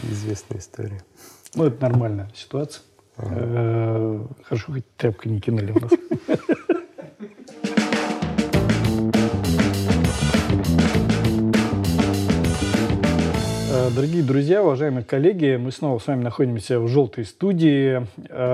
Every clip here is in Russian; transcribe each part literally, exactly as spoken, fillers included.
Известная история. Ну, это нормальная ситуация. Ага. Хорошо, хоть тряпкой не кинули у нас. Дорогие друзья, уважаемые коллеги, мы снова с вами находимся в «Желтой студии».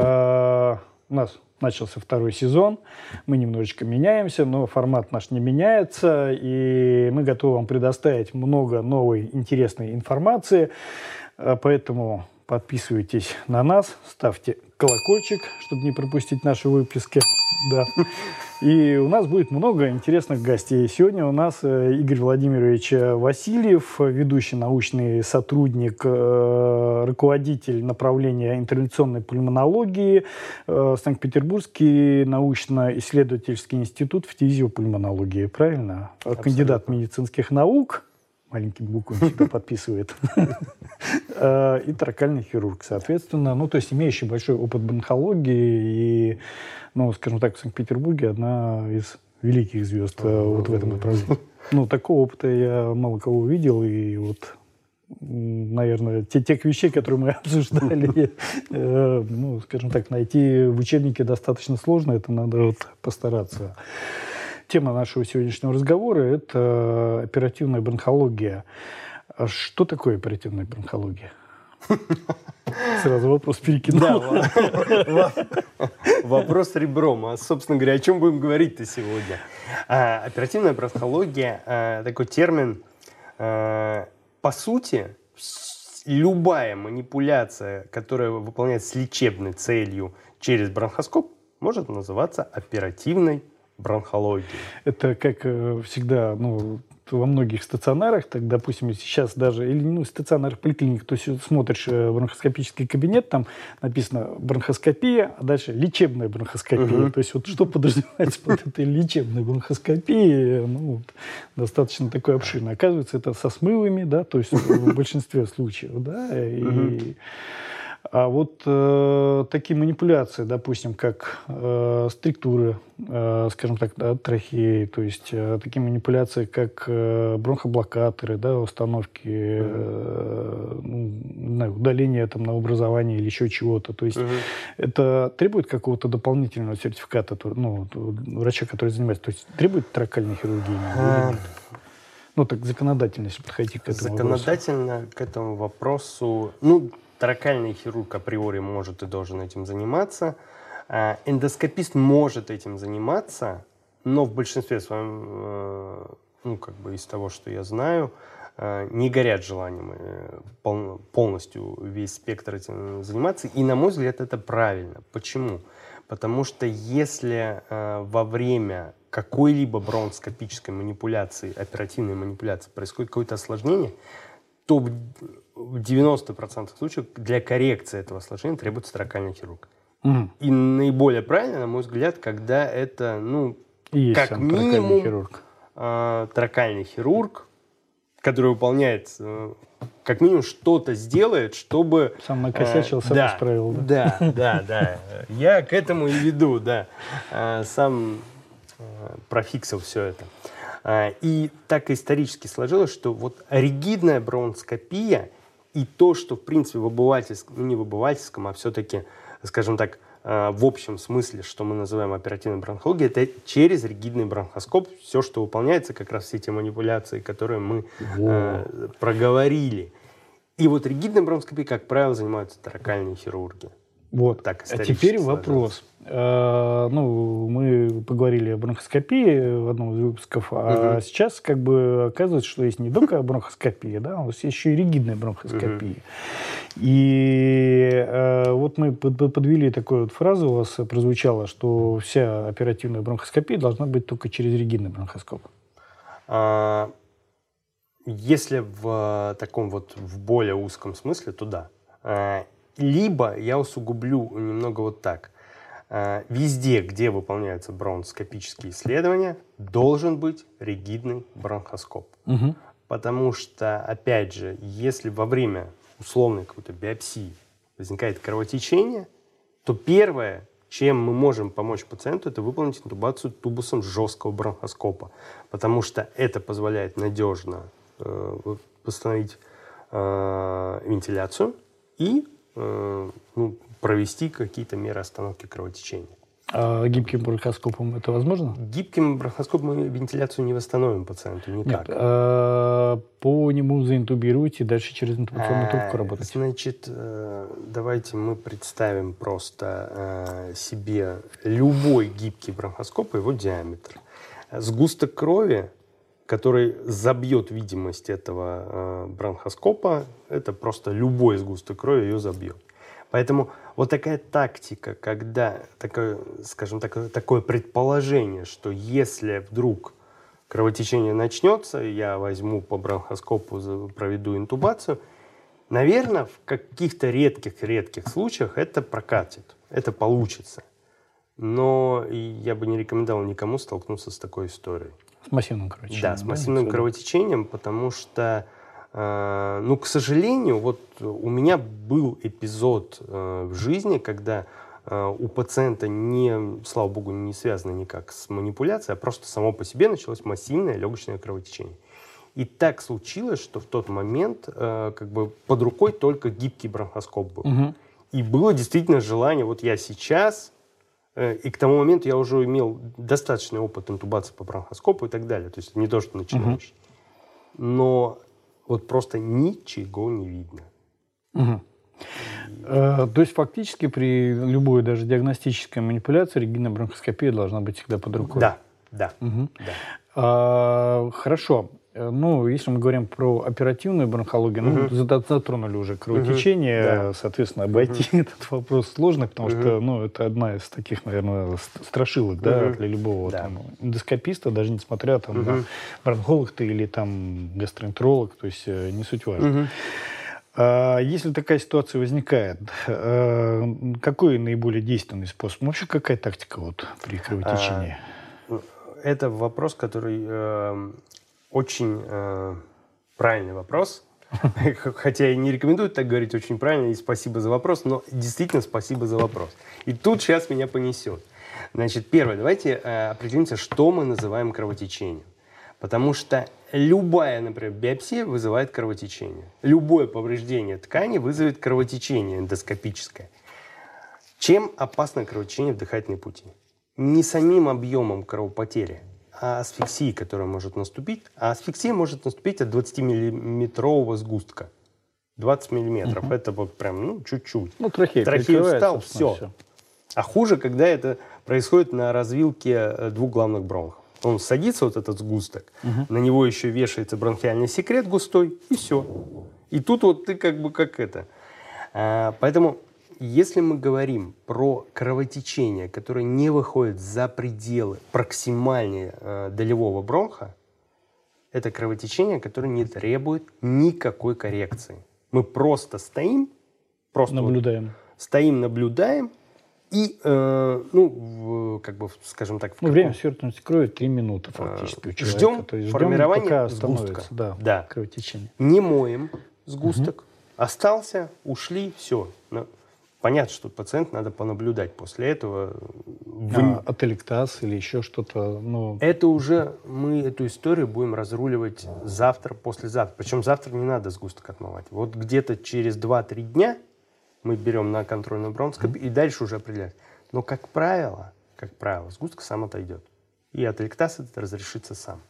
У нас начался второй сезон, мы немножечко меняемся, но формат наш не меняется, и мы готовы вам предоставить много новой интересной информации, поэтому подписывайтесь на нас, ставьте колокольчик, чтобы не пропустить наши выпуски. Да. И у нас будет много интересных гостей. Сегодня у нас Игорь Владимирович Васильев, ведущий научный сотрудник, руководитель направления интервенционной пульмонологии, Санкт-Петербургский научно-исследовательский институт фтизиопульмонологии. Правильно? Абсолютно. Кандидат медицинских наук. Маленькими буквами всегда подписывает. И торакальный хирург, соответственно. Ну, то есть имеющий большой опыт бронхологии и, ну, скажем так, в Санкт-Петербурге одна из великих звезд вот в этом направлении. Ну, такого опыта я мало кого видел. И вот, наверное, те, тех вещей, которые мы обсуждали, ну, скажем так, найти в учебнике достаточно сложно. Это надо вот постараться. Тема нашего сегодняшнего разговора – это оперативная бронхология. Что такое оперативная бронхология? Сразу вопрос перекинул. Да, вопрос ребром. А, собственно говоря, о чем будем говорить-то сегодня? А, оперативная бронхология а, – такой термин. А, по сути, любая манипуляция, которая выполняется с лечебной целью через бронхоскоп, может называться оперативной бронхологии. Это как всегда, ну, во многих стационарах, так, допустим, сейчас даже, или ну, стационарах поликлиник, то есть смотришь бронхоскопический кабинет, там написано бронхоскопия, а дальше лечебная бронхоскопия. Угу. То есть вот что подразумевается под этой лечебной бронхоскопией, ну, вот, достаточно такой обширный. Оказывается, это со смывами, да, то есть в большинстве случаев, да, и... Угу. А вот э, такие манипуляции, допустим, как э, структуры, э, скажем так, да, трахеи, то есть э, такие манипуляции, как э, бронхоблокаторы, да, установки, э, ну, не знаю, удаления там, на образование или еще чего-то. То есть uh-huh. это требует какого-то дополнительного сертификата, ну, врача, который занимается, то есть требует торакальной хирургии? Uh-huh. Ну, так законодательно, если подходить к этому Законодательно вопросу. к этому вопросу, ну, торакальный хирург априори может и должен этим заниматься. Эндоскопист может этим заниматься, но в большинстве своем, ну, как бы из того, что я знаю, не горят желанием полностью весь спектр этим заниматься. И, на мой взгляд, это правильно. Почему? Потому что если во время какой-либо бронхоскопической манипуляции, оперативной манипуляции происходит какое-то осложнение, то в девяноста процентах случаев для коррекции этого осложнения требуется торакальный хирург. Mm. И наиболее правильно, на мой взгляд, когда это, ну, и как минимум, хирург. Э, торакальный хирург, который выполняет, э, как минимум, что-то сделает, чтобы... Сам накосячил, э, сам да, исправил. Да, да, да, да. Я к этому и веду, да. Э, сам э, профиксил все это. И так исторически сложилось, что вот ригидная бронхоскопия и то, что, в принципе, в обывательском, ну не в обывательском, а все-таки, скажем так, в общем смысле, что мы называем оперативной бронхологией, это через ригидный бронхоскоп все, что выполняется, как раз все эти манипуляции, которые мы э, проговорили. И вот ригидной бронхоскопией, как правило, занимаются торакальные хирурги. Вот. Так, а теперь вопрос. А, ну, мы поговорили о бронхоскопии в одном из выпусков, а угу. сейчас как бы оказывается, что есть не только бронхоскопия, да, у нас есть еще и ригидная бронхоскопия. Угу. И а, вот мы под, подвели такую вот фразу, у вас прозвучало, что вся оперативная бронхоскопия должна быть только через ригидный бронхоскоп. А, если в таком вот, в более узком смысле, то да. А, либо я усугублю немного вот так. Везде, где выполняются бронхоскопические исследования, должен быть ригидный бронхоскоп. Угу. Потому что, опять же, если во время условной какой-то биопсии возникает кровотечение, то первое, чем мы можем помочь пациенту, это выполнить интубацию тубусом жесткого бронхоскопа. Потому что это позволяет надежно э, восстановить э, вентиляцию и э, ну, провести какие-то меры остановки кровотечения. А гибким бронхоскопом это возможно? Гибким бронхоскопом мы вентиляцию не восстановим пациенту никак. Нет, а по нему заинтубируете и дальше через интубационную трубку работать? Значит, давайте мы представим просто себе любой гибкий бронхоскоп и его диаметр. Сгусток крови, который забьет видимость этого бронхоскопа, это просто любой сгусток крови ее забьет. Поэтому вот такая тактика, когда, такое, скажем так, такое предположение, что если вдруг кровотечение начнется, я возьму по бронхоскопу, проведу интубацию, наверное, в каких-то редких-редких случаях это прокатит, это получится. Но я бы не рекомендовал никому столкнуться с такой историей. С массивным кровотечением? Да, с массивным да, кровотечением, потому что ну, к сожалению, вот у меня был эпизод э, в жизни, когда э, у пациента, не, слава богу, не связано никак с манипуляцией, а просто само по себе началось массивное легочное кровотечение. И так случилось, что в тот момент э, как бы под рукой только гибкий бронхоскоп был. Угу. И было действительно желание, вот я сейчас, э, и к тому моменту я уже имел достаточный опыт интубации по бронхоскопу и так далее. То есть не то, что начинающий. Угу. Но вот просто ничего не видно. Угу. А, то есть фактически при любой даже диагностической манипуляции рентгенобронхоскопия должна быть всегда под рукой? Да, да. Угу. да. А, хорошо. Ну, если мы говорим про оперативную бронхологию, угу. ну, затронули уже кровотечение, угу. да. соответственно, обойти угу. этот вопрос сложно, потому угу. что, ну, это одна из таких, наверное, страшилок, угу. да, для любого да. там, эндоскописта, даже несмотря там, угу. на бронхолог ты или там гастроэнтеролог, то есть не суть важно. Угу. А если такая ситуация возникает, какой наиболее действенный способ? Вообще какая тактика вот при кровотечении? А, это вопрос, который... Э, Очень э, правильный вопрос, хотя я не рекомендую так говорить, очень правильно, и спасибо за вопрос, но действительно спасибо за вопрос. И тут сейчас меня понесет. Значит, первое, давайте э, определимся, что мы называем кровотечением. Потому что любая, например, биопсия вызывает кровотечение. Любое повреждение ткани вызовет кровотечение эндоскопическое. Чем опасно кровотечение в дыхательные пути? Не самим объемом кровопотери, а асфиксии, которая может наступить. А асфиксия может наступить от двадцатимиллиметрового сгустка. двадцать миллиметров. Угу. Это вот прям, ну, чуть-чуть. Ну, трахея. Трахею встал, все. все. А хуже, когда это происходит на развилке двух главных бронхов. Он садится, вот этот сгусток, угу. на него еще вешается бронхиальный секрет густой, и все. И тут вот ты как бы как это. А, поэтому... Если мы говорим про кровотечение, которое не выходит за пределы проксимальнее э, долевого бронха, это кровотечение, которое не требует никакой коррекции. Мы просто стоим, просто наблюдаем, вот, стоим, наблюдаем, и, э, ну, в, как бы, скажем так, в ну, время свертывания крови три минуты фактически. Э, ждем, То есть формирования пока сгустка. Да, да. Кровотечение. Не моем сгусток, угу. остался, ушли, все. Понятно, что пациент надо понаблюдать после этого. А, ателектаз или еще что-то? Ну... Это уже мы эту историю будем разруливать завтра, послезавтра. Причем завтра не надо сгусток отмывать. Вот где-то через два-три дня мы берем на контрольную бронхоскопию mm-hmm. и дальше уже определяем. Но, как правило, как правило, сгусток сам отойдет. И ателектаз этот разрешится сам.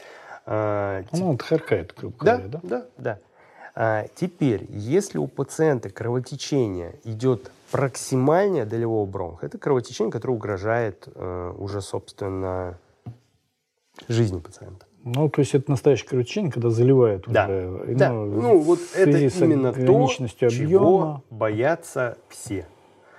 А, тип... Ну, отхаркает, грубо говоря, да? Да, да, да. А теперь, если у пациента кровотечение идет проксимальнее долевого бронха, это кровотечение, которое угрожает э, уже, собственно, жизни пациента. Ну, то есть это настоящее кровотечение, когда заливает да. уже. Да, ну, ну вот это именно то, чего боятся все.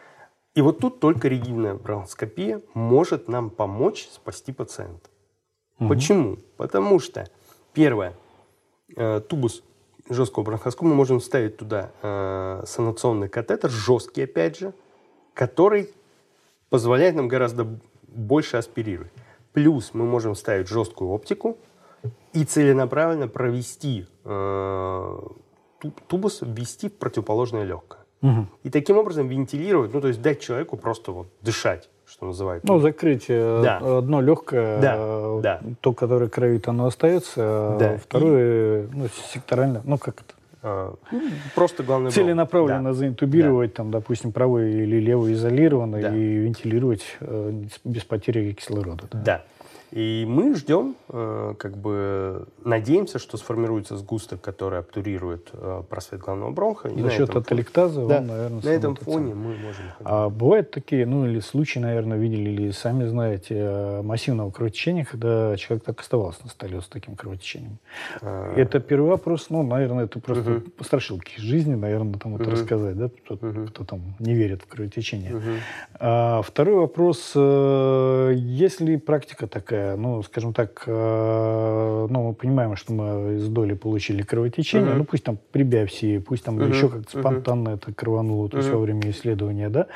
И вот тут только ригидная бронхоскопия может нам помочь спасти пациента. Угу. Почему? Потому что, первое, э, тубус жесткого бронхоскопа, мы можем вставить туда э, санационный катетер, жесткий опять же, который позволяет нам гораздо больше аспирировать. Плюс мы можем вставить жесткую оптику и целенаправленно провести э, тубус, ввести в противоположное легкое. Угу. И таким образом вентилировать, ну то есть дать человеку просто вот дышать, что называется. Ну, закрыть да. одно легкое, да. Да. то, которое кровит, оно остается, да. а второе, и... ну, секторально, ну как это? э, просто главный целенаправленно да. заинтубировать, да. там, допустим, правый или левый изолированно да. и вентилировать э, без потери кислорода. Да. да. И мы ждем, э, как бы надеемся, что сформируется сгусток, который обтурирует э, просвет главного бронха. За счет атолектаза да, он, наверное, на этом фоне мы можем... А бывают такие, ну или случаи, наверное, видели, или сами знаете, массивного кровотечения, когда человек так оставался на столе с таким кровотечением. А... Это первый вопрос, ну, наверное, это просто uh-huh. страшилки из жизни, наверное, там uh-huh. это рассказать, да, тот, uh-huh. кто там не верит в кровотечение. Uh-huh. А второй вопрос, есть ли практика такая, ну, скажем так, ну, мы понимаем, что мы из доли получили кровотечение, uh-huh. ну, пусть там при биопсии, пусть там uh-huh. еще как-то спонтанно uh-huh. это кровануло, то есть uh-huh. во время исследования, да,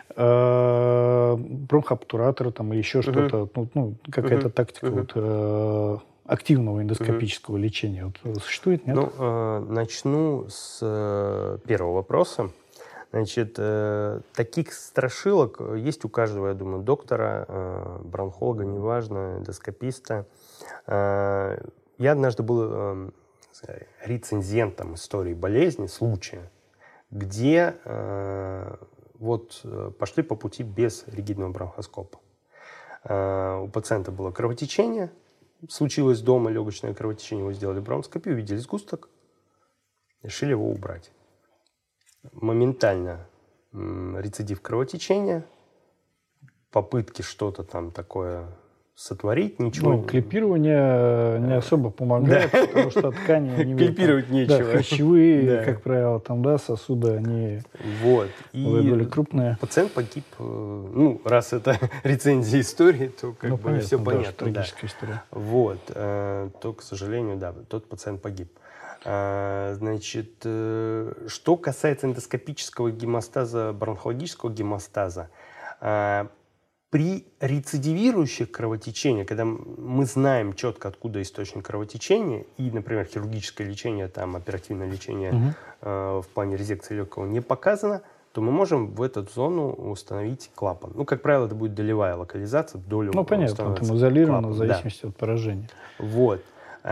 бронхообтуратор там или еще uh-huh. что-то, ну, ну какая-то uh-huh. тактика uh-huh. вот, активного эндоскопического uh-huh. лечения вот, существует, нет? Ну, э, начну с э, первого вопроса. Значит, э, таких страшилок есть у каждого, я думаю, доктора, э, бронхолога, неважно, эндоскописта. Э, я однажды был э, рецензентом истории болезни, случая, где э, вот пошли по пути без ригидного бронхоскопа. Э, у пациента было кровотечение, случилось дома легочное кровотечение, его сделали бронхоскопию, увидели сгусток, решили его убрать. Моментально м, рецидив кровотечения, попытки что-то там такое сотворить, ничего. Ну, клипирование не особо помогает, да. потому что ткани не клипировать нечего. Да, хрящевые, да. как правило, там, да, сосуды, они вот. И более крупные. Пациент погиб, ну, раз это рецензия истории, то как ну, бы понятно, все да, понятно. Трагическая да. история. Вот. То, к сожалению, да, тот пациент погиб. Значит, что касается эндоскопического гемостаза, бронхологического гемостаза, при рецидивирующих кровотечениях, когда мы знаем четко, откуда источник кровотечения, и, например, хирургическое лечение, там, оперативное лечение угу. э, в плане резекции легкого не показано, то мы можем в эту зону установить клапан. Ну, как правило, это будет долевая локализация, долю. Ну, понятно, там изолировано в зависимости да. от поражения. Вот.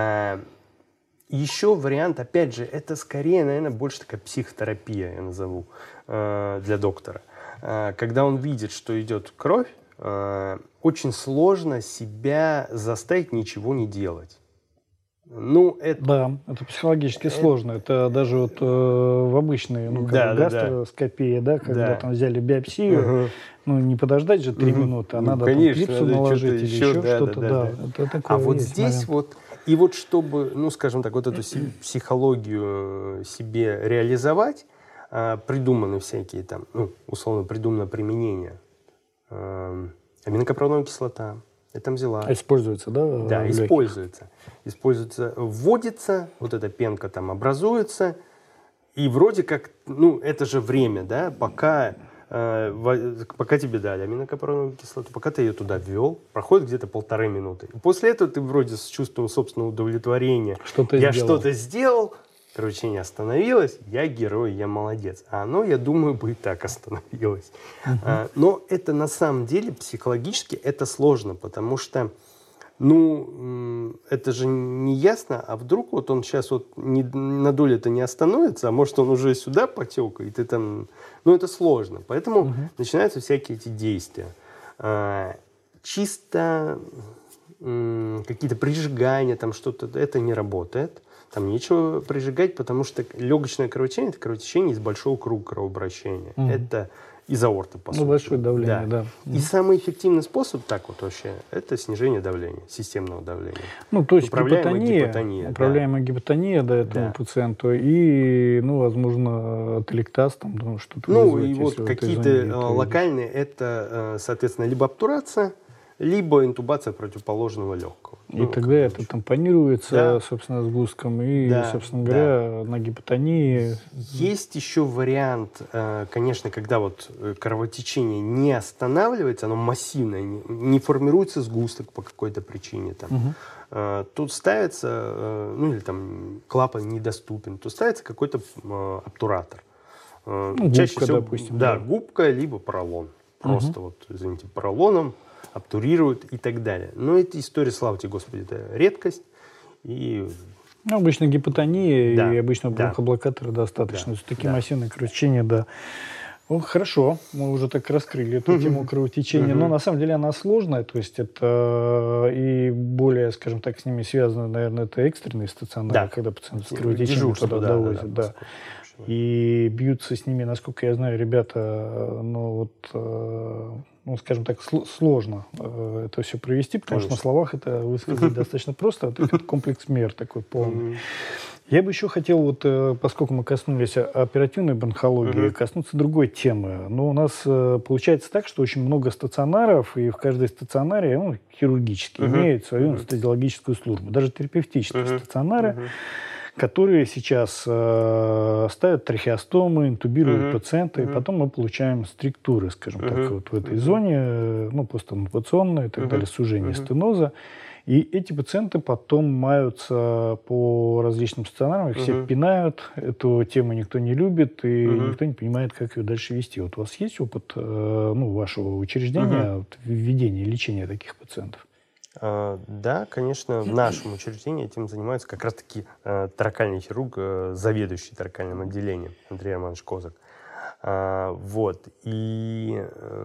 Еще вариант, опять же, это скорее, наверное, больше такая психотерапия, я назову, для доктора. Когда он видит, что идет кровь, очень сложно себя заставить ничего не делать. Ну, это... Да, это психологически это... сложно. Это даже вот э, в обычной ну, да, как да, гастроскопии, да. Да, когда да. там взяли биопсию, uh-huh. ну, не подождать же три uh-huh. минуты, а ну, надо конечно, там клипсу надо наложить или еще, еще да, что-то. Да, да, да, да. Это такое а вот здесь момент. вот, и вот чтобы, ну, скажем так, вот эту психологию себе реализовать, придуманы всякие там, ну, условно, придумано применение. Аминокапроновая кислота, этамзилат. А используется, да? Да, используется. Используется, вводится, вот эта пенка там образуется, и вроде как, ну, это же время, да, пока, э, пока тебе дали аминокапроновую кислоту, пока ты ее туда ввел, проходит где-то полторы минуты. И после этого ты вроде с чувством собственного удовлетворения, что-то я сделал. что-то сделал, кровотечение остановилось, я герой, я молодец. А оно, я думаю, бы и так остановилось. Uh-huh. А, но это на самом деле психологически это сложно, потому что, ну, это же не ясно, а вдруг вот он сейчас вот не, на доле-то не остановится, а может он уже сюда потек, и ты там... Ну, это сложно. Поэтому uh-huh. начинаются всякие эти действия. А, чисто м, какие-то прижигания, там что-то, это не работает. Там нечего прижигать, потому что легочное кровотечение – это кровотечение из большого круга кровообращения. Mm. Это из аорты, по ну, сути. Большое давление, да. да. И mm. самый эффективный способ, так вот вообще, это снижение давления, системного давления. Ну, то есть управляемая гипотония, гипотония. Управляемая да. гипотония, да, этому да. пациенту. И, ну, возможно, атолектаз, там, ну, что-то Ну, вызвать, и вот какие-то локальные, это, соответственно, либо обтурация, либо интубация противоположного легкого. И ну, тогда это тампонируется, да. собственно, сгустком, и, да, собственно говоря, да. на гипотонии... Есть еще вариант, конечно, когда вот кровотечение не останавливается, оно массивное, не формируется сгусток по какой-то причине. Там. Угу. Тут ставится, ну или там клапан недоступен, то ставится какой-то обтуратор. Ну, Чаще губка, всего, допустим. Да, да, губка, либо поролон. Просто угу. вот, извините, поролоном обтурируют и так далее. Но эта история, слава тебе, Господи, это редкость. И Ну, обычно гипотония да. и обычно да. бронхоблокатора достаточно. Да. Такие да. массивные кровотечения, да. Ну, хорошо, мы уже так раскрыли эту uh-huh. тему кровотечения, uh-huh. но на самом деле она сложная, то есть это и более, скажем так, с ними связаны, наверное, это экстренные стационары, да. когда пациенты с кровотечением туда да, довозят, да, да. да. И бьются с ними, насколько я знаю, ребята, ну вот, ну, скажем так, сложно это все провести, потому Конечно. Что на словах это высказать достаточно просто, это комплекс мер такой полный. Я бы еще хотел, вот, поскольку мы коснулись оперативной бронхологии, uh-huh. коснуться другой темы. Но у нас получается так, что очень много стационаров, и в каждой стационаре, ну, хирургически, uh-huh. имеют свою uh-huh. анестезиологическую службу. Даже терапевтические uh-huh. стационары, uh-huh. которые сейчас э, ставят трахеостомы, интубируют uh-huh. пациента, uh-huh. и потом мы получаем структуры, скажем uh-huh. так, вот в этой uh-huh. зоне, ну, постинтубационное и так uh-huh. далее, сужение uh-huh. стеноза. И эти пациенты потом маются по различным стационарам, их uh-huh. все пинают, эту тему никто не любит, и uh-huh. никто не понимает, как ее дальше вести. Вот у вас есть опыт ну, вашего учреждения uh-huh. вот, введения и лечения таких пациентов? А, да, конечно, в нашем учреждении этим занимается как раз-таки а, торакальный хирург, а, заведующий торакальным отделением Андрей Романович Козак. А, вот, и...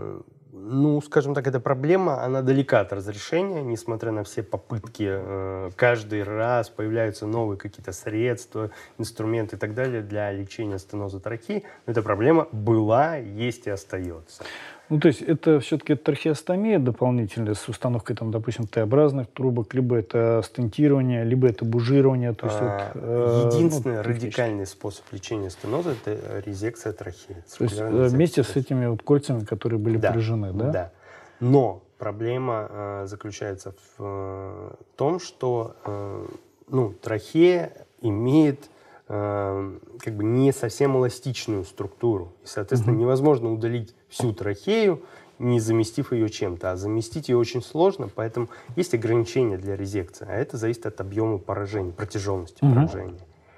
Ну, скажем так, эта проблема, она далека от разрешения, несмотря на все попытки. Каждый раз появляются новые какие-то средства, инструменты и так далее для лечения стеноза трахеи. Но эта проблема была, есть и остается. Ну, то есть это все-таки трахеостомия дополнительная с установкой, там, допустим, Т-образных трубок, либо это стентирование, либо это бужирование. То есть, а, вот, э, единственный ну, радикальный способ лечения стеноза – это резекция трахеи. То есть вместе с этими вот кольцами, которые были да, поражены, да? Да. Но проблема э, заключается в э, том, что э, ну, трахея имеет э, как бы не совсем эластичную структуру. И, соответственно, mm-hmm. невозможно удалить всю трахею, не заместив ее чем-то. А заместить ее очень сложно, поэтому есть ограничения для резекции. А это зависит от объема поражения, протяженности mm-hmm. поражения.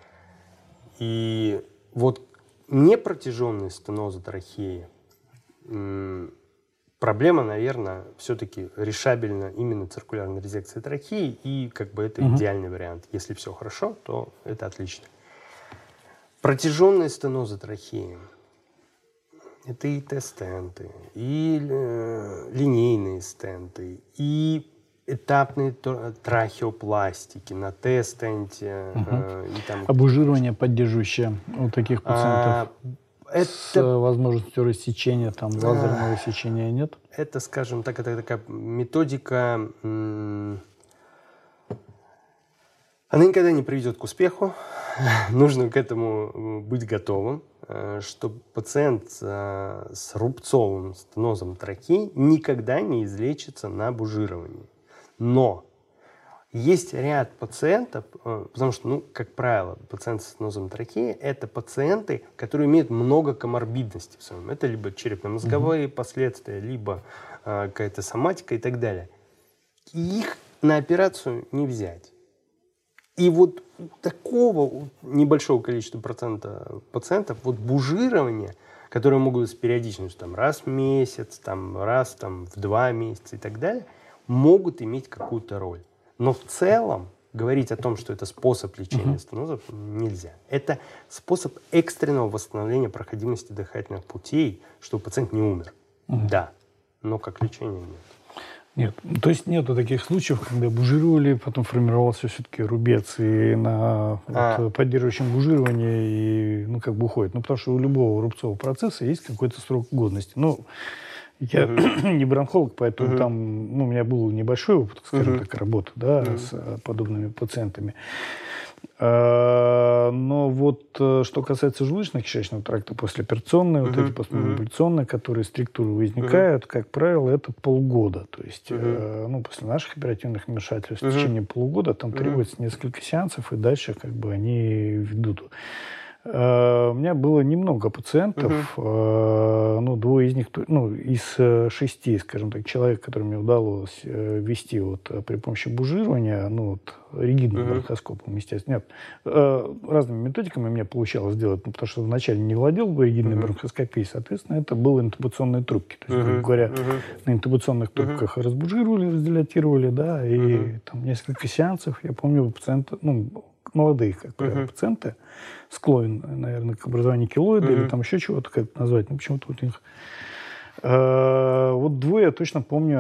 И вот непротяженные стенозы трахеи, м- проблема, наверное, все-таки решабельна именно циркулярной резекцией трахеи, и как бы это mm-hmm. идеальный вариант. Если все хорошо, то это отлично. Протяженные стенозы трахеи – это и Т-стенты, и э, линейные стенты, и этапные трахеопластики на Т-стенте. Угу. Э, и там... Обужирование поддерживающее у таких пациентов а, это... с возможностью рассечения, там, лазерного а, сечения нет? Это, скажем так, это такая методика, м- она никогда не приведет к успеху. Нужно к этому быть готовым, чтобы пациент с рубцовым стенозом трахеи никогда не излечится на бужировании. Но есть ряд пациентов, потому что, ну, как правило, пациенты с стенозом трахеи – это пациенты, которые имеют много коморбидностей в своем. Это либо черепно-мозговые угу. последствия, либо э, какая-то соматика и так далее. И их на операцию не взять. И вот у такого небольшого количества процента пациентов вот бужирование, которые могут с периодичностью там, раз в месяц, там, раз там, в два месяца и так далее, могут иметь какую-то роль. Но в целом говорить о том, что это способ лечения стенозов, нельзя. Это способ экстренного восстановления проходимости дыхательных путей, чтобы пациент не умер. Uh-huh. Да, но как лечение нет. Нет, то есть нету таких случаев, когда бужировали, потом формировался все-таки рубец и на а. вот, поддерживающем бужировании и, ну, как бы уходит. Ну, потому что у любого рубцового процесса есть какой-то срок годности. Ну, я uh-huh. не бронхолог, поэтому uh-huh. там, ну, у меня был небольшой опыт, скажем uh-huh. так, работы, да, uh-huh. с подобными пациентами. А, но вот что касается желудочно-кишечного тракта, послеоперационные, uh-huh. вот эти постманипуляционные, которые структуры возникают, uh-huh. как правило, это полгода. То есть, uh-huh. ну, после наших оперативных вмешательств uh-huh. в течение полугода там uh-huh. требуется несколько сеансов, и дальше как бы они ведут. Uh, у меня было немного пациентов, uh-huh. uh, ну, двое из них, ну, из шести, скажем так, человек, которым мне удалось uh, ввести вот, при помощи бужирования, ну, вот, ригидным uh-huh. бронхоскопом, естественно. Нет, uh, разными методиками мне получалось сделать, ну, потому что вначале не владел ригидной uh-huh. бронхоскопией, соответственно, это были интубационные трубки. То есть, uh-huh. грубо говоря, uh-huh. на интубационных трубках uh-huh. разбужировали, раздилатировали, да, и uh-huh. там несколько сеансов, я помню, у пациента, ну, молодые, как правило, uh-huh. пациенты, склонны, наверное, к образованию килоида uh-huh. или там еще чего-то, как это назвать. Ну, почему-то вот у них... Вот двое, я точно помню,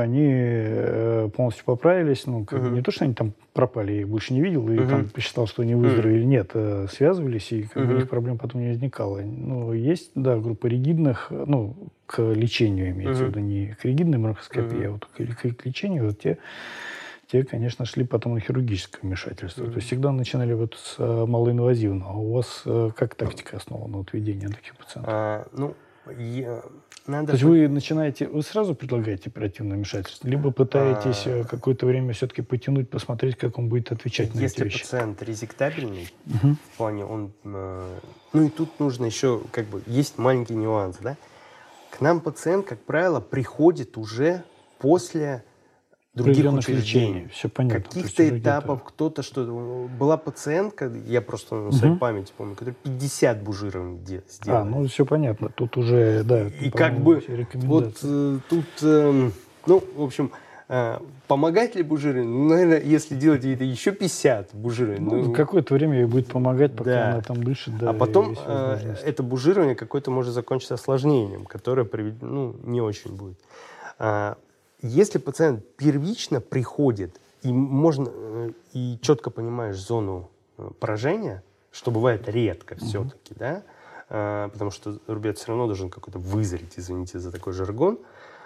они полностью поправились. Ну, как uh-huh. не то, что они там пропали, я их больше не видел, и uh-huh. там посчитал, что они выздоровели. Uh-huh. Нет, связывались, и как uh-huh. бы у них проблем потом не возникало. Ну, есть, да, группа ригидных, ну, к лечению имеется uh-huh. в виду, не к ригидной бронхоскопии, uh-huh. а вот к, к, к лечению. Вот те, те, конечно, шли потом на хирургическое вмешательство. Uh-huh. То есть всегда начинали вот с малоинвазивного. А у вас как тактика основана от ведения таких пациентов? Uh, ну, я... Надо... То есть вы начинаете, вы сразу предлагаете оперативное вмешательство, либо пытаетесь а... какое-то время все-таки потянуть, посмотреть, как он будет отвечать на эти вещи? Если пациент резектабельный, угу. в плане он... Ну и тут нужно еще, как бы, есть маленький нюанс, да? К нам пациент, как правило, приходит уже после других учреждений. Все понятно. Каких-то этапов, кто-то что-то... Была пациентка, я просто на своей угу. памяти помню, которая пятьдесят бужирований сделала. А, ну все понятно. Тут уже, да, и как бы вот э, тут, э, ну, в общем, э, помогать ли бужирование? Ну, наверное, если делать это еще пятьдесят бужирований. Ну, ну, какое-то время ей будет помогать, пока да. она там дышит. Да, а потом э, это бужирование какое-то может закончиться осложнением, которое приведет, ну, не очень будет. А, если пациент первично приходит, и можно, и четко понимаешь зону поражения, что бывает редко uh-huh. все-таки, да, а, потому что рубец все равно должен какой-то вызреть, извините за такой жаргон,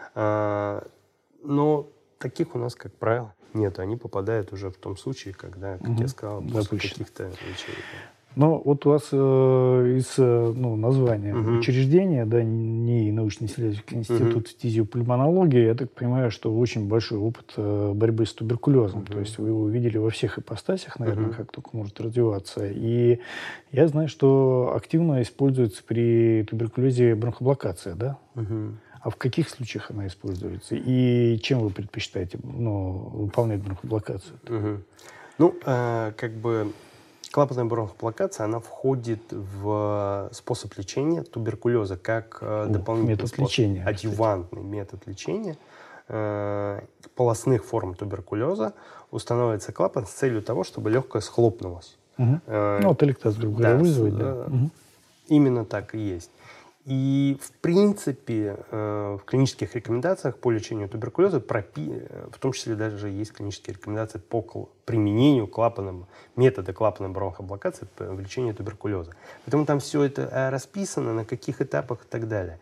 а, но таких у нас, как правило, нет. Они попадают уже в том случае, когда, как uh-huh. я сказал, после Допущено. каких-то лечений. Ну, вот у вас э, из ну, названия uh-huh. учреждения, да, НИИ, научно-исследовательский институт uh-huh. фтизиопульмонологии, я так понимаю, что очень большой опыт э, борьбы с туберкулезом. Uh-huh. То есть вы его видели во всех ипостасях, наверное, uh-huh. как только может развиваться. И я знаю, что активно используется при туберкулезе бронхоблокация, да? Uh-huh. А в каких случаях она используется? И чем вы предпочитаете ну, выполнять бронхоблокацию? Uh-huh. Ну, э, как бы... Клапанная бронхоблокация, она входит в способ лечения туберкулеза как О, дополнительный метод способ, лечения, адъювантный метод лечения э, полостных форм туберкулеза. Устанавливается клапан с целью того, чтобы легкое схлопнулось. Угу. Э, ну, ателектаз, грубо говоря, да, вызвать. Да. Э, угу. Именно так и есть. И, в принципе, в клинических рекомендациях по лечению туберкулеза, в том числе даже есть клинические рекомендации по применению клапанного, метода клапанной бронхоблокации в лечении туберкулеза. Поэтому там все это расписано, на каких этапах и так далее.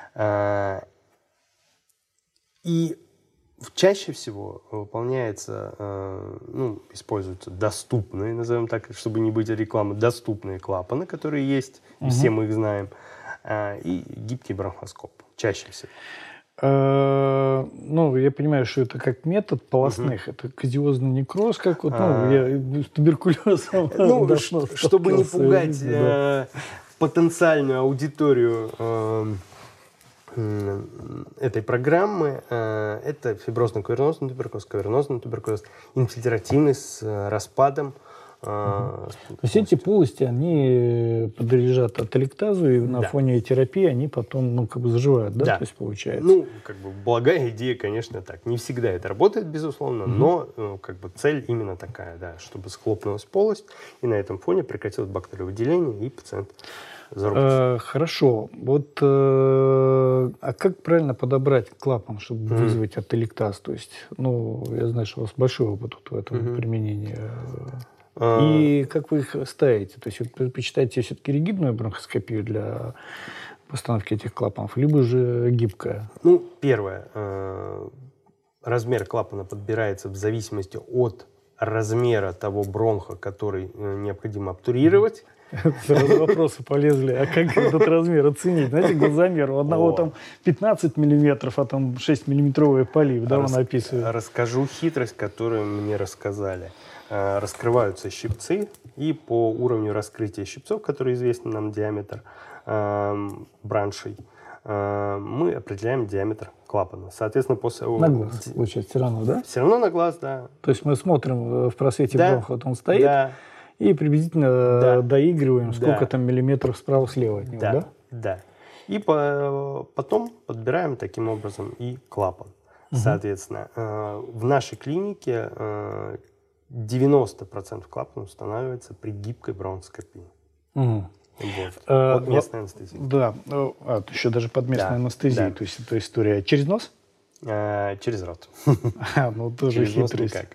И чаще всего выполняется, ну, используются доступные, назовем так, чтобы не быть рекламой, доступные клапаны, которые есть, и угу. все мы их знаем. И гибкий бронхоскоп. Чаще всего. А, ну, я понимаю, что это как метод полостных. Uh-huh. Это кадиозный некроз, как вот, ну, я с туберкулезом. Ну, давно чтобы не пугать жизни, да. э, потенциальную аудиторию э, э, этой программы, э, это фиброзно-кавернозный туберкулез, кавернозный туберкулез, инфильтративный с распадом. Угу. То есть эти полости, они подлежат ателектазу, и на да. фоне терапии они потом, ну, как бы заживают, да? да? То есть получается. Ну, как бы благая идея, конечно, так. Не всегда это работает, безусловно, угу. но ну, как бы цель именно такая, да, чтобы схлопнулась полость, и на этом фоне прекратилось бактериовыделение, и пациент зарубился. Э, хорошо. Вот, э, а как правильно подобрать клапан, чтобы угу. вызвать ателектаз? То есть, ну, я знаю, что у вас большой опыт в этом угу. применении. И как вы их ставите? То есть вы предпочитаете все-таки ригидную бронхоскопию для постановки этих клапанов, либо же гибкая? Ну, первое. Размер клапана подбирается в зависимости от размера того бронха, который необходимо обтурировать. Сразу вопросы полезли. А как этот размер оценить? Знаете, глазомер. У одного О. там пятнадцать миллиметров, а там шесть миллиметровый полив, да, Рас... он описывает. Расскажу хитрость, которую мне рассказали. Раскрываются щипцы, и по уровню раскрытия щипцов, который известен нам диаметр э, браншей, э, мы определяем диаметр клапана. Соответственно, после... На глаз, получается, все равно, да? Все равно на глаз, да. То есть мы смотрим в просвете да. бронха, вот он стоит, да. и приблизительно да. доигрываем, сколько да. там миллиметров справа-слева от него, да? Да, да. И по... потом подбираем таким образом и клапан. Угу. Соответственно, э, в нашей клинике э, девяносто процентов клапана устанавливается при гибкой бронхоскопии. Угу. Вот. А, Под местной анестезией. Да, а, еще даже под местной Да, анестезией. да. То есть это история через нос? А, через рот. А, ну тоже Через нос хитрость. никак.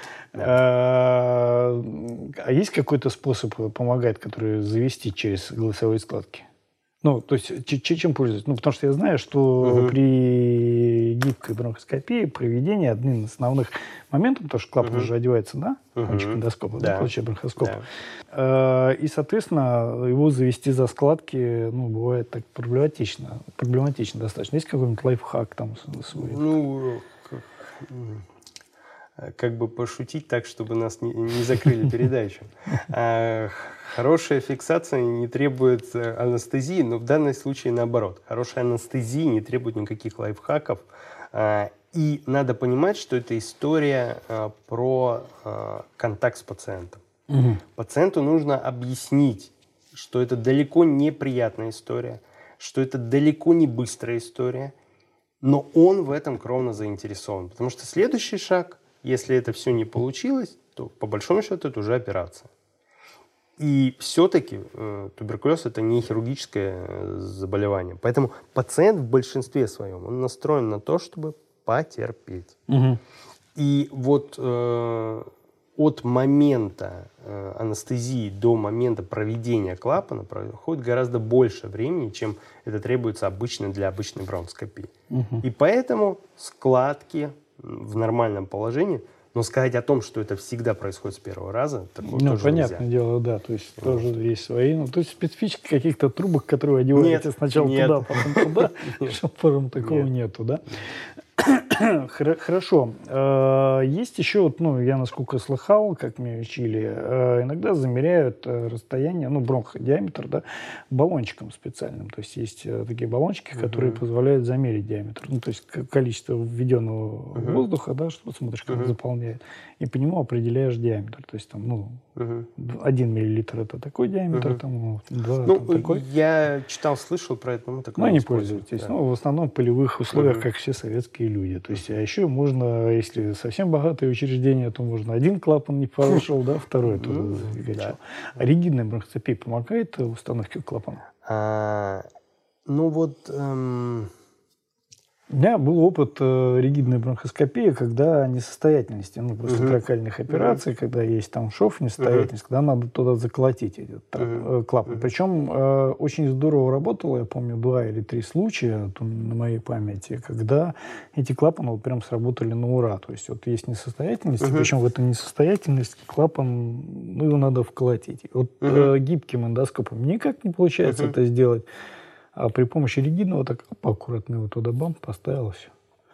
А, а есть какой-то способ помогать, который завести через голосовые складки? Ну, то есть ч- ч- чем пользуются? Ну, потому что я знаю, что Мгм. при гибкой бронхоскопии проведение одним из основных моментов, потому что клапан Мгм. же одевается на Мгм. кончик эндоскопа, да, Да. получая бронхоскоп. Да. А, и, соответственно, его завести за складки, ну, бывает так проблематично. Проблематично достаточно. Есть какой-нибудь лайфхак там с- свой? Ну, как, м, как бы пошутить так, чтобы нас не, не закрыли передачу. А, Хорошая фиксация не требует э, анестезии, но в данном случае наоборот. Хорошая анестезия не требует никаких лайфхаков. А, И надо понимать, что это история а, про а, контакт с пациентом. Мгм. Пациенту нужно объяснить, что это далеко не приятная история, что это далеко не быстрая история, но он в этом кровно заинтересован. Потому что следующий шаг, если это все не получилось, то по большому счету это уже операция. И все-таки э, туберкулез – это не хирургическое э, заболевание. Поэтому пациент в большинстве своем, он настроен на то, чтобы потерпеть. Мгм. И вот э, от момента э, анестезии до момента проведения клапана проходит гораздо больше времени, чем это требуется обычно для обычной бронхоскопии. Мгм. И поэтому складки в нормальном положении, но сказать о том, что это всегда происходит с первого раза, такое Ну, тоже понятное нельзя. дело, да. То есть тоже есть свои. Ну, то есть специфических каких-то трубок, которые одеваете Нет, сначала нет. туда, потом туда, шампуром такого Нет. нету, да? Хор- Хорошо. Э, Есть еще, вот, ну, я насколько слыхал, как меня учили, э, иногда замеряют э, расстояние, ну, бронходиаметр, да, баллончиком специальным. То есть есть э, такие баллончики, которые Мгм. позволяют замерить диаметр. Ну, то есть к- количество введенного Мгм. воздуха, да, что смотришь, как Мгм. заполняет, и по нему определяешь диаметр. То есть там, ну, Мгм. один миллилитр это такой диаметр, Мгм. там, ну, два Ну, там такой. я читал, слышал про это, но мы такое Но не не используем. пользуйтесь. Да. Ну, в основном в полевых условиях, Мгм. как все советские люди. То есть, а еще можно, если совсем богатое учреждение, то можно один клапан не прошел, да, второй туда Ну, закачал. да. А ригидная бронхоскопия помогает в установке клапана? А, ну вот, эм, У меня был опыт э, ригидной бронхоскопии, когда несостоятельности, ну, после Мгм. тракальных операций, когда есть там шов, несостоятельность, когда надо туда заколотить этот трак- Мгм. э, клапан. Мгм. Причем э, очень здорово работало, я помню, два или три случая вот, на моей памяти, когда эти клапаны вот прям сработали на ура. То есть вот есть несостоятельность, Мгм. причем в эту несостоятельность клапан, ну, его надо вколотить. Вот Мгм. э, гибким эндоскопом никак не получается Мгм. это сделать. А при помощи ригидного так оп, аккуратно его туда бам, поставил, все.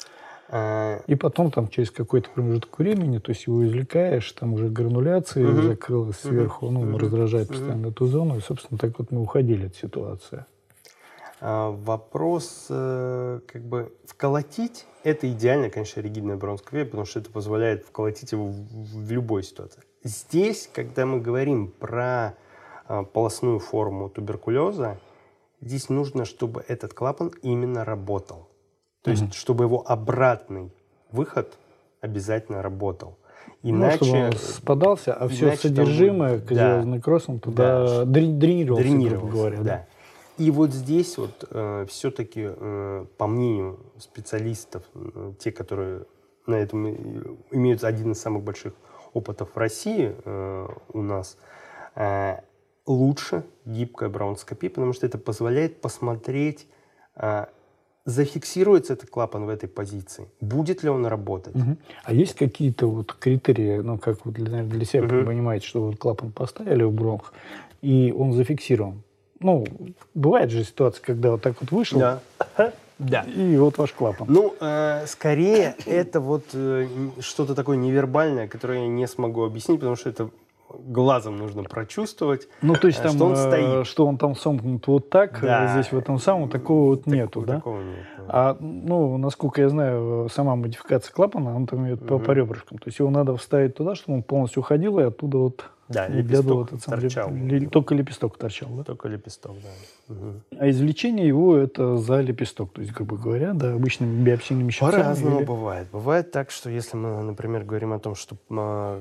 а, И потом там через какой-то промежуток времени, то есть его извлекаешь, там уже грануляция Мгм. закрылась сверху, ну, Мгм. раздражает Мгм. постоянно эту зону, и, собственно, так вот мы уходили от ситуации. а, вопрос, э, как бы, вколотить, это идеально, конечно, ригидная бронхоскопия, потому что это позволяет вколотить его в, в любой ситуации. Здесь, когда мы говорим про а, полостную форму туберкулеза, здесь нужно, чтобы этот клапан именно работал. То Мгм. есть, чтобы его обратный выход обязательно работал. Ну, чтобы Иначе, он спадался, а все иначе там содержимое будет- казиозный кросс, он туда Да. дрени- дренировался, грубо дренировался, говоря. да. Да. И вот здесь вот э, все-таки, э, по мнению специалистов, э, те, которые на этом и- имеют один из самых больших опытов в России э, у нас, э, лучше гибкая бронхоскопия, потому что это позволяет посмотреть, э, зафиксируется этот клапан в этой позиции, будет ли он работать. Мгм. А есть какие-то вот критерии, ну, как вы, для, наверное, для себя Мгм. понимаете, что вот клапан поставили в бронх, и он зафиксирован? Ну, бывает же ситуация, когда вот так вот вышел, Да. Да. и вот ваш клапан. Ну, э, скорее, это вот э, н- что-то такое невербальное, которое я не смогу объяснить, потому что это глазом нужно прочувствовать, Ну, то есть э, там, что он э, стоит. что он там сомкнут вот так, Да. э, здесь в этом самом, такого вот Так- нету, да? Такого нет. А, ну, насколько я знаю, сама модификация клапана, он там идет по, Мгм. по ребрышкам. То есть его надо вставить туда, чтобы он полностью уходил, и оттуда вот Да, не лепесток глядывал этот самый леп- торчал. ли- только лепесток торчал, да? Только лепесток, да. Мгм. А извлечение его это за лепесток, то есть, грубо говоря, да, обычными биопсийными щипцами. По-разному или- бывает. Бывает так, что если мы, например, говорим о том, что а,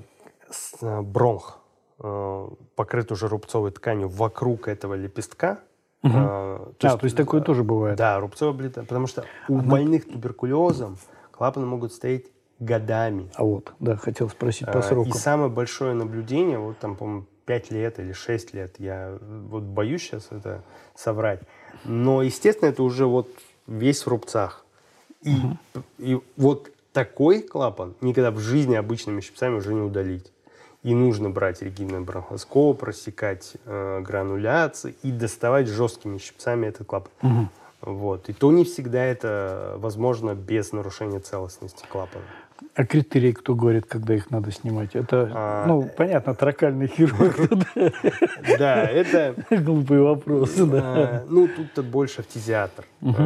бронх э, покрыт уже рубцовой тканью вокруг этого лепестка. Угу. Э, то, а, есть, то есть такое э, тоже бывает? Да, рубцовая облитая. Потому что у а больных мы... туберкулезом клапаны могут стоять годами. А вот, да, хотел спросить по сроку. И самое большое наблюдение, вот там, по-моему, пять лет или шесть лет, я вот боюсь сейчас это соврать, но, естественно, это уже вот весь в рубцах. И, угу. и вот такой клапан никогда в жизни обычными щипцами уже не удалить. И нужно брать ригидный бронхоскоп, рассекать э, грануляции и доставать жесткими щипцами этот клапан. Угу. Вот. И то не всегда это возможно без нарушения целостности клапана. А критерии кто говорит, когда их надо снимать? Это, а, ну, понятно, тракальный хирург. Да, это... Глупый вопрос, да. Ну, тут-то больше фтизиатр.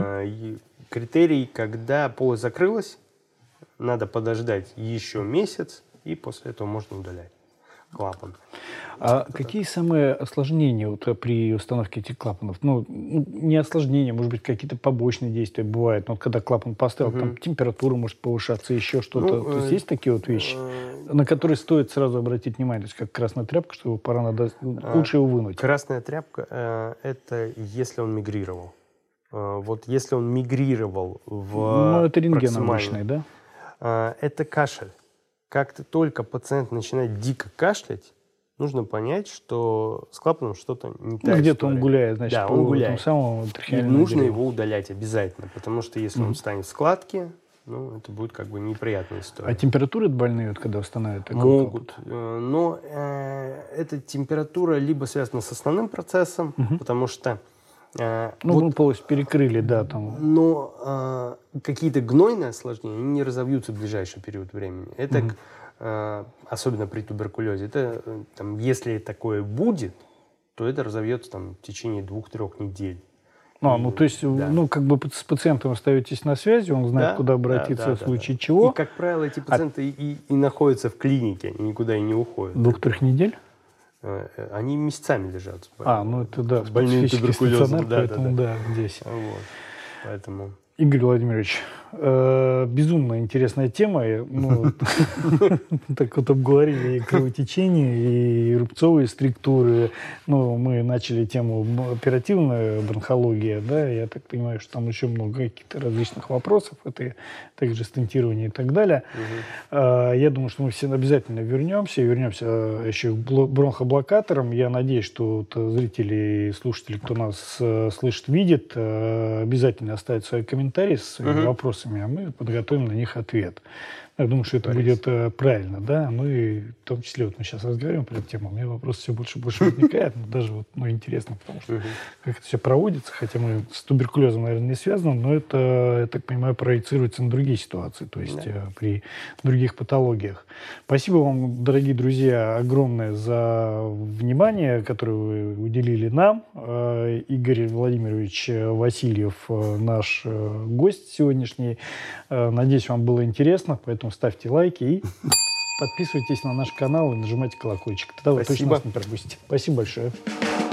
Критерий, когда полость закрылась, надо подождать еще месяц, и после этого можно удалять клапан. А вот какие это. самые осложнения вот при установке этих клапанов? Ну, не осложнения, может быть, какие-то побочные действия бывают. Но вот когда клапан поставил, угу. там температура может повышаться, еще что-то. Ну, То есть э- есть такие вот вещи, э- на которые стоит сразу обратить внимание? То есть как красная тряпка, что его пора надо, а, лучше его вынуть. Красная тряпка э- – это если он мигрировал. Э- вот если он мигрировал в Ну, это рентген обычный, да? Э- это кашель. Как только пациент начинает дико кашлять, нужно понять, что с клапаном что-то не так. Ну, где-то он гуляет, значит, да, по он гуляет. Самому и нужно его удалять обязательно, потому что если mm-hmm. он станет в складке, ну, это будет как бы неприятная история. А температуры больные, вот, когда устанавливают такой Могут, клапан? Но э, эта температура либо связана с основным процессом, mm-hmm. потому что Ну, вот, мы полость перекрыли, да, там. Но э, какие-то гнойные осложнения, они не разовьются в ближайший период времени. Это, mm-hmm. э, особенно при туберкулезе, это, там, если такое будет, то это разовьется там, в течение двух-трех недель. А, и, ну, то есть, да. ну, как бы с пациентом остаетесь на связи, он знает, да, куда обратиться, да, да, в случае да. чего. И, как правило, эти пациенты а... и, и находятся в клинике, они никуда и не уходят. Двух-трех недель? Они месяцами лежат. А, ну это да, больные туберкулезом, да, поэтому да, да. да, здесь. Вот. Поэтому... Игорь Владимирович, э, безумно интересная тема. Ну, так вот обговорили и кровотечение, и рубцовые структуры. Ну, мы начали тему оперативная бронхология, да, я так понимаю, что там еще много каких-то различных вопросов, это также стентирование и так далее. Я думаю, что мы все обязательно вернемся, и вернемся еще к бронхоблокаторам. Я надеюсь, что зрители и слушатели, кто нас слышит, видит, обязательно оставят свои комментарии с своими uh-huh. вопросами, а мы подготовим на них ответ. Я думаю, что это Борис. будет э, правильно, да. Ну и в том числе, вот мы сейчас разговариваем про эту тему, у меня вопрос все больше и больше возникает, но даже вот, ну, интересно, потому что uh-huh. как это все проводится, хотя мы с туберкулезом, наверное, не связаны, но это, я так понимаю, проецируется на другие ситуации, то есть yeah. э, при других патологиях. Спасибо вам, дорогие друзья, огромное за внимание, которое вы уделили нам. Э, Игорь Владимирович Васильев, э, наш э, гость сегодняшний. Э, надеюсь, вам было интересно, поэтому ставьте лайки и подписывайтесь на наш канал и нажимайте колокольчик. Тогда вы точно нас не пропустите. Спасибо большое.